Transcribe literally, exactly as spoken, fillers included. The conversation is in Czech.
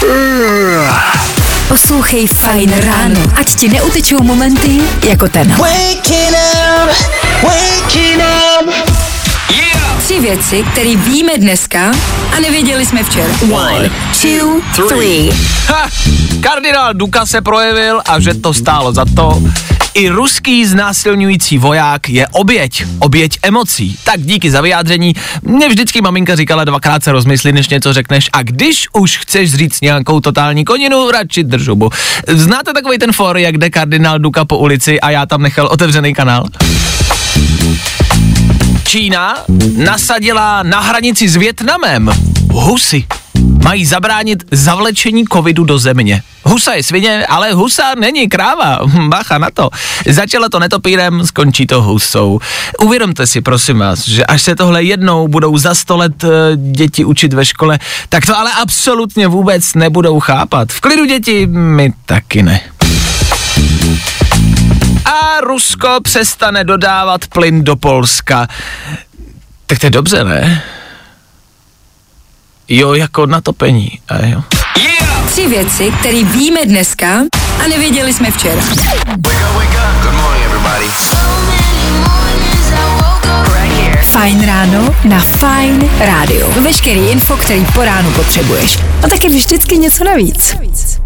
Poslouchej Fajn ráno, ať ti neutečou momenty jako ten. Waking up, waking up. Yeah. Tři věci, které víme dneska a nevěděli jsme včera. One, two, three. Ha! Kardinál Duka se projevil a že to stálo za to. I ruský znásilňující voják je oběť, oběť emocí. Tak díky za vyjádření. Mně vždycky maminka říkala, dvakrát se rozmysli, než něco řekneš, a když už chceš říct nějakou totální koninu, radši drž hubu. Znáte takový ten for, jak jde kardinál Duka po ulici a já tam nechal otevřený kanál? Čína nasadila na hranici s Vietnamem husy. Mají zabránit zavlečení covidu do země. Husa je svině, ale husa není kráva. Bacha na to. Začalo to netopírem, skončí to husou. Uvědomte si, prosím vás, že až se tohle jednou budou za sto let děti učit ve škole, tak to ale absolutně vůbec nebudou chápat. V klidu děti, my taky ne. A Rusko přestane dodávat plyn do Polska. Tak to je dobře, ne? Jo, jako na topení. A jo. Yeah! Tři věci, které víme dneska a nevěděli jsme včera. Wake up, wake up. Good morning, everybody. Fajn ráno na Fajn rádiu. Veškerý info, který po ránu potřebuješ. A taky vždycky něco navíc.